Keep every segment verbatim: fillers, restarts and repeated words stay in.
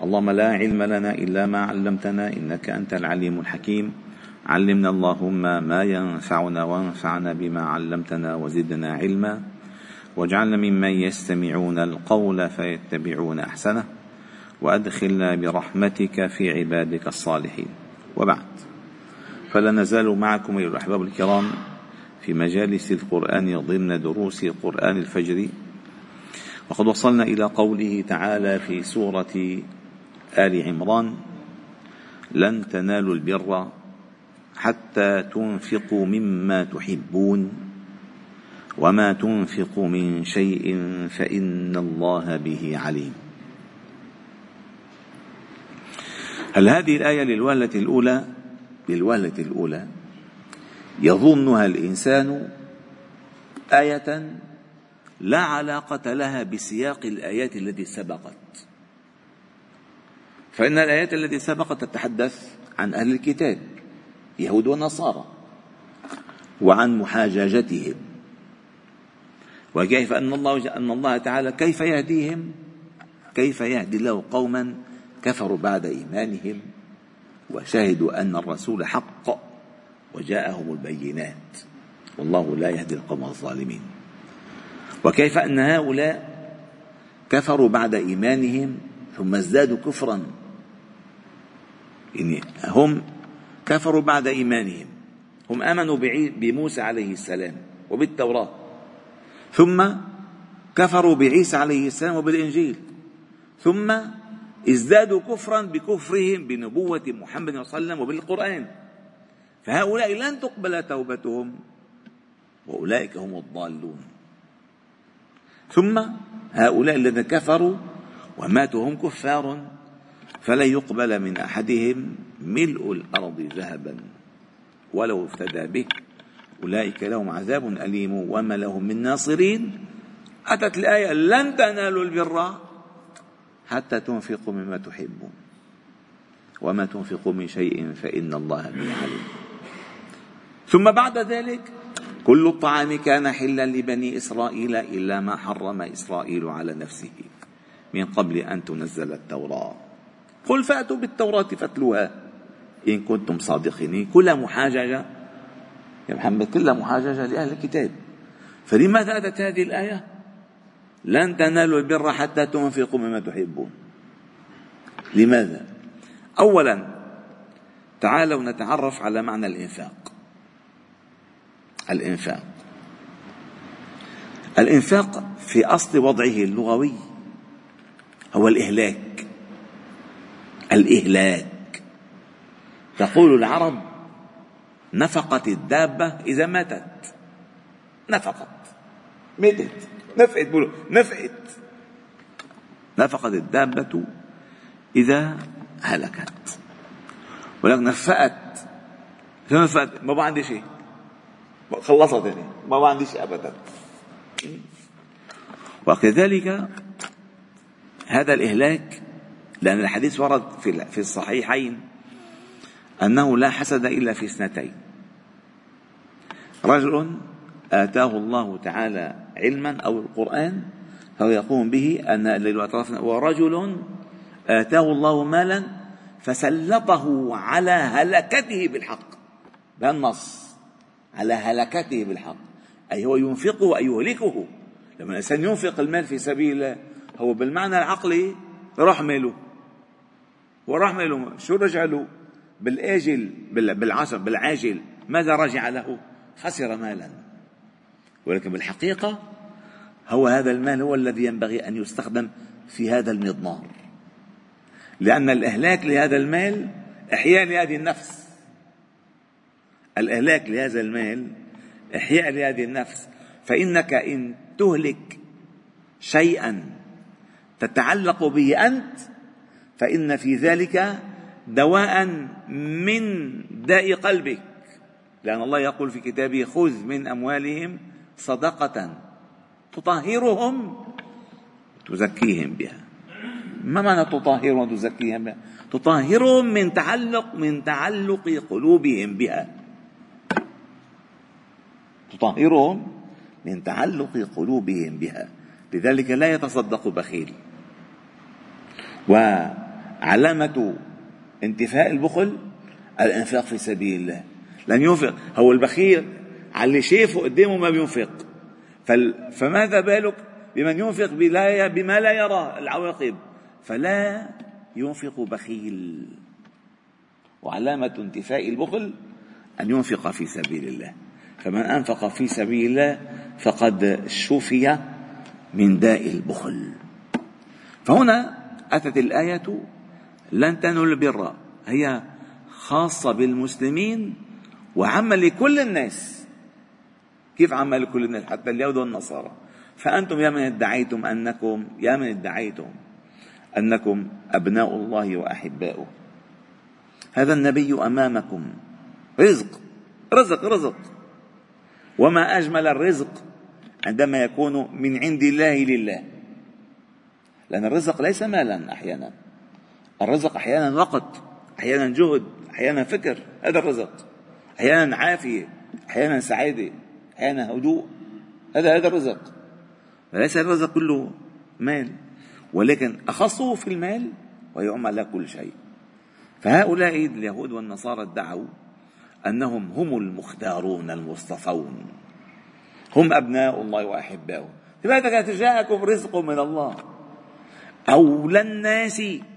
اللهم لا علم لنا إلا ما علمتنا إنك أنت العليم الحكيم. علمنا اللهم ما ينفعنا وانفعنا بما علمتنا وزدنا علما، واجعلنا ممن يستمعون القول فيتبعون أحسنه، وأدخلنا برحمتك في عبادك الصالحين. وبعد، فلا نزال معكم أيها الأحباب الكرام في مجالس القرآن ضمن دروس قرآن الفجر، وقد وصلنا إلى قوله تعالى في سورة آل عمران: لن تنالوا البر حتى تنفقوا مما تحبون وما تنفقوا من شيء فإن الله به عليم. هل هذه الآية للوهلة الأولى للوهلة الأولى يظنها الإنسان آية لا علاقة لها بسياق الآيات التي سبقت، فإن الآيات التي سبقت تتحدث عن أهل الكتاب يهود ونصارى وعن محاججتهم، وكيف أن الله أن الله تعالى كيف يهديهم كيف يهدي الله قوما كفروا بعد إيمانهم وشهدوا أن الرسول حق وجاءهم البينات والله لا يهدي القوم الظالمين، وكيف أن هؤلاء كفروا بعد إيمانهم ثم ازدادوا كفرا. يعني هم كفروا بعد إيمانهم، هم آمنوا بموسى عليه السلام وبالتوراة، ثم كفروا بعيسى عليه السلام وبالإنجيل، ثم ازدادوا كفرا بكفرهم بنبوة محمد صلى الله عليه وسلم وبالقرآن، فهؤلاء لن تقبل توبتهم وأولئك هم الضالون. ثم هؤلاء الذين كفروا وماتوا هم كفار فلن يقبل من أحدهم ملء الأرض ذهبا ولو افتدى به، أولئك لهم عذاب أليم وما لهم من ناصرين. أتت الآية: لن تنالوا البر حتى تنفقوا مما تحبون وما تنفقوا من شيء فإن الله به عليم. ثم بعد ذلك: كل الطعام كان حلا لبني إسرائيل إلا ما حرم إسرائيل على نفسه من قبل أن تنزل التوراة قل فأتوا بالتوراة فاتلوها إن كنتم صادقين. كلها محاججة يا محمد، كلها محاججة لأهل الكتاب. فلماذا أتت هذه الآية؟ لن تنالوا البر حتى تنفقوا مما تحبون. لماذا؟ أولا، تعالوا نتعرف على معنى الإنفاق. الإنفاق الإنفاق في أصل وضعه اللغوي هو الإهلاك. الإهلاك تقول العرب: نفقت الدابة إذا ماتت. نفقت ماتت نفقت بقولوا نفقت نفقت الدابة إذا هلكت. ولكن نفقت نفقت ما عندي شيء، خلصت يعني ما عندي شيء أبدا. وكذلك هذا الإهلاك، لأن الحديث ورد في الصحيحين أنه لا حسد إلا في اثنتين: رجل آتاه الله تعالى علما أو القرآن فهو يقوم به أن ورجل آتاه الله مالا فسلطه على هلكته بالحق. بالنص على هلكته بالحق، أي هو ينفقه أي يهلكه. لما الإنسان ينفق المال في سبيل الله هو بالمعنى العقلي راح ماله وراح ماله. شو رجع له؟ بالآجل بالعاجل بالعاجل ماذا رجع له؟ خسر مالا. ولكن بالحقيقة هو هذا المال هو الذي ينبغي أن يستخدم في هذا المضمار، لأن الإهلاك لهذا المال إحياء لهذه النفس. الإهلاك لهذا المال إحياء لهذه النفس. فإنك إن تهلك شيئا تتعلق به أنت فإن في ذلك دواء من داء قلبك، لأن الله يقول في كتابه: خذ من أموالهم صدقة تطهرهم وتزكيهم بها. ما معنى تطهرهم وتزكيهم بها؟ تطهرهم من تعلق من تعلق قلوبهم بها. تطهرهم من تعلق قلوبهم بها، لذلك لا يتصدق بخيل. علامة انتفاء البخل الإنفاق في سبيل الله. لن ينفق، هو البخيل على اللي شايفه قدامه ما بينفق، فماذا بالك بمن ينفق بما لا يرى العواقب؟ فلا ينفق بخيل. وعلامة انتفاء البخل أن ينفق في سبيل الله. فمن أنفق في سبيل الله فقد شفي من داء البخل. فهنا أتت الآية لن تنالوا البر، هي خاصة بالمسلمين وعامة لكل الناس. كيف عامة لكل الناس؟ حتى اليهود والنصارى. فأنتم يا من ادعيتم أنكم يا من ادعيتم أنكم أبناء الله وأحباؤه، هذا النبي أمامكم رزق رزق رزق. وما أجمل الرزق عندما يكون من عند الله لله، لأن الرزق ليس مالا، أحيانا الرزق أحيانا وقت، أحيانا جهد، أحيانا فكر، هذا الرزق. أحيانا عافية، أحيانا سعادة، أحيانا هدوء، هذا هذا الرزق. ليس الرزق كله مال، ولكن أخصه في المال ويعم على كل شيء. فهؤلاء اليهود والنصارى ادعوا أنهم هم المختارون المصطفون، هم أبناء الله وأحباؤه. لماذا جاءكم رزق من الله؟ أولى الناس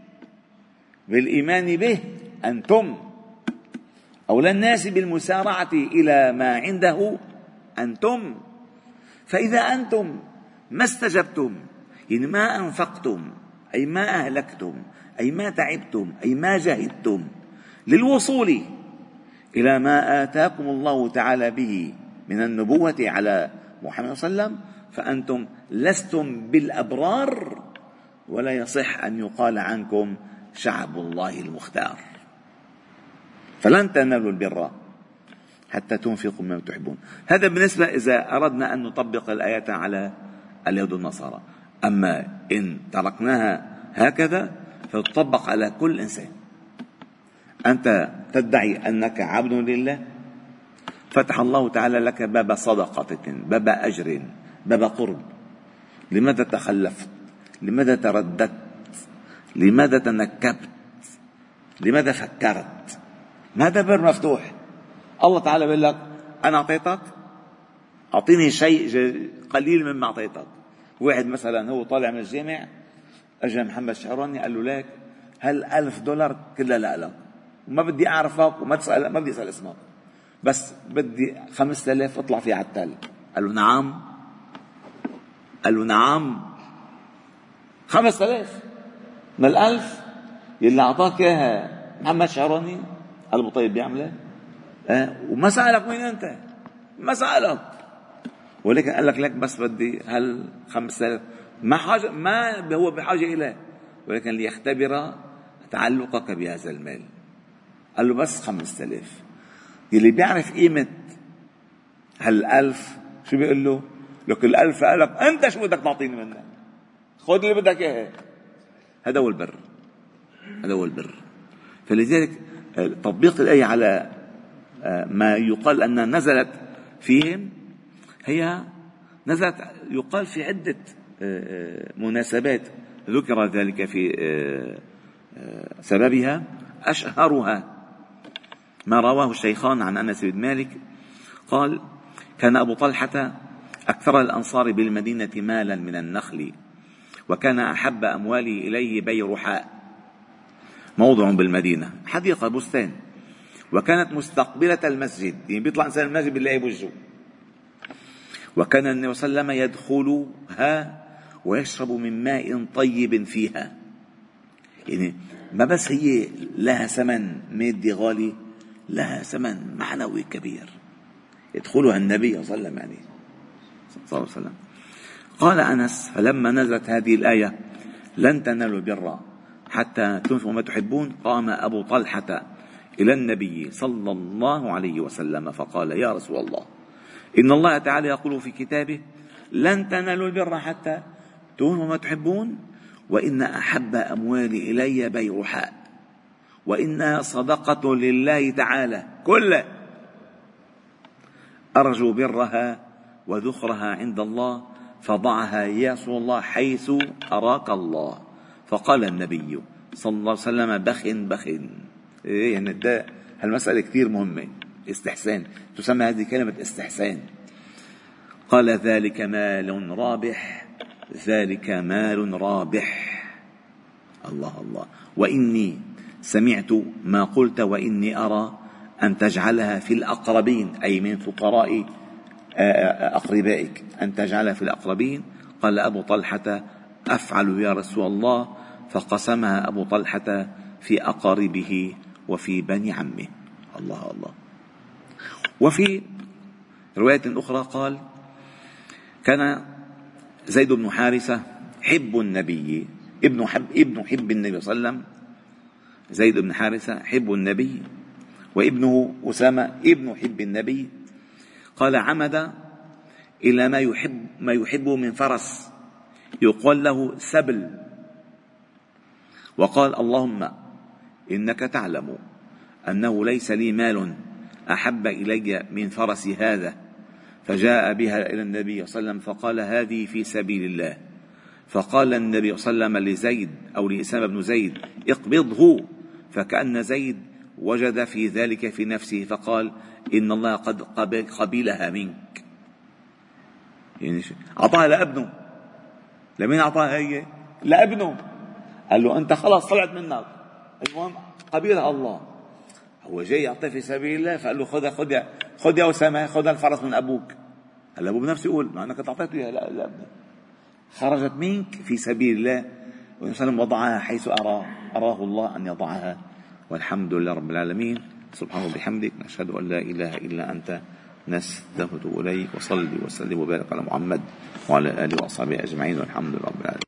بالإيمان به أنتم، أولى الناس بالمسارعة إلى ما عنده أنتم. فإذا أنتم ما استجبتم، يعني ما أنفقتم، أي ما أهلكتم، أي ما تعبتم، أي ما جهدتم للوصول إلى ما آتاكم الله تعالى به من النبوة على محمد صلى الله عليه وسلم، فأنتم لستم بالأبرار، ولا يصح أن يقال عنكم شعب الله المختار. فلن تنالوا البر حتى تنفقوا مما تحبون. هذا بالنسبة إذا أردنا أن نطبق الآيات على اليهود والنصارى. أما إن تركناها هكذا فتطبق على كل إنسان. أنت تدعي أنك عبد لله، فتح الله تعالى لك باب صدقة، باب أجر، باب قرب. لماذا تخلفت؟ لماذا ترددت؟ لماذا تنكبت؟ لماذا فكرت؟ هذا باب مفتوح. الله تعالى بيقول لك أنا أعطيتك، أعطيني شيء قليل مما أعطيتك. واحد مثلا هو طالع من الجامع، أجا محمد الشعراني قال له لك هل ألف دولار كلها لا لك، وما بدي أعرفك وما تسأل، ما بدي أسأل اسمك، بس بدي خمسة آلاف اطلع فيه على التل. قال له نعم. قال له نعم، خمسة آلاف من الألف يلي أعطاك إياها محمد الشعراني. قال له طيب بيعمله أه؟ وما سألك مين أنت، ما سألك، ولكن قال لك لك بس بدي هل خمسة آلاف، ما حاجة، ما هو بحاجة إليه، ولكن ليختبر تعلقك بهذا المال. قال له بس خمسة آلاف. يلي بيعرف قيمة هالألف شو بيقول له؟ لك الألف قالك أنت شو بدك تعطيني منه، خذ اللي بدك إياه. هذا هو البر، هذا هو البر. فلذلك تطبيق الآية على ما يقال أن نزلت فيهم، هي نزلت يقال في عدة مناسبات ذكر ذلك في سببها. أشهرها ما رواه الشيخان عن أنس بن مالك قال: كان أبو طلحة أكثر الأنصار بالمدينة مالا من النخل، وكان أحب أمواله إليه بيرحاء، موضع بالمدينة، حديقة بستان، وكانت مستقبلة المسجد، يعني بيطلع إنسان المسجد بالله بوجهه. وكان النبي صلى الله عليه وسلم يدخلها ويشرب من ماء طيب فيها. يعني ما بس هي لها ثمن مادي غالي، لها ثمن معنوي كبير يدخلها النبي صلى الله عليه وسلم، يعني صلى الله عليه وسلم. قال أنس: فلما نزلت هذه الآية لن تنالوا البر حتى تنفقوا ما تحبون، قام أبو طلحة إلى النبي صلى الله عليه وسلم فقال: يا رسول الله، إن الله تعالى يقول في كتابه: لن تنالوا البر حتى تنفقوا ما تحبون، وإن أحب أموالي إلي بيرحاء، وإنها صدقة لله تعالى كله، أرجو برها وذخرها عند الله، فضعها يا رسول الله حيث أراك الله. فقال النبي صلى الله عليه وسلم بخ بخ. إيه يعني ده هالمسألة كثير مهمة. استحسان، تسمى هذه كلمة استحسان. قال ذلك مال رابح، ذلك مال رابح. الله الله. وإني سمعت ما قلت وإني أرى أن تجعلها في الأقربين، أي من فقراء أقربائك، أن تجعلها في الأقربين. قال أبو طلحة أفعل يا رسول الله، فقسمها أبو طلحة في أقاربه وفي بني عمه. الله الله. وفي رواية أخرى قال كان زيد بن حارثة حب النبي، ابن حب, ابن حب النبي صلى الله عليه وسلم. زيد بن حارثة حب النبي، وابنه أسامة ابن حب النبي. قال عمد إلى ما يحب ما يحبه من فرس يقال له سبل، وقال اللهم إنك تعلم أنه ليس لي مال أحب إلي من فرس هذا. فجاء بها إلى النبي صلى الله عليه وسلم فقال هذه في سبيل الله. فقال النبي صلى الله عليه وسلم لزيد أو لأسامة بن زيد اقبضه، فكأن زيد وجد في ذلك في نفسه فقال إن الله قد قبلها منك. يعني أعطاها لابنه. لمين أعطاها هي؟ لابنه. قال له أنت خلاص طلعت منك، المهم قبلها الله. هو جاي يعطيه في سبيل الله، فقال له خذ خذ خذ يا أسامة، خذ الفرس من أبوك. هلا أبوه بنفسه يقول ما أنا كنت أعطيته إياها لابني، خرجت منك في سبيل الله. وسلم وضعها حيث أراه أراه الله أن يضعها. والحمد لله رب العالمين. سبحانه وبحمدك، نشهد أن لا إله إلا أنت، نستغفرك إليك. وصلي وسلم وبارك على محمد وعلى آله وأصحابه أجمعين، والحمد لله رب العالمين.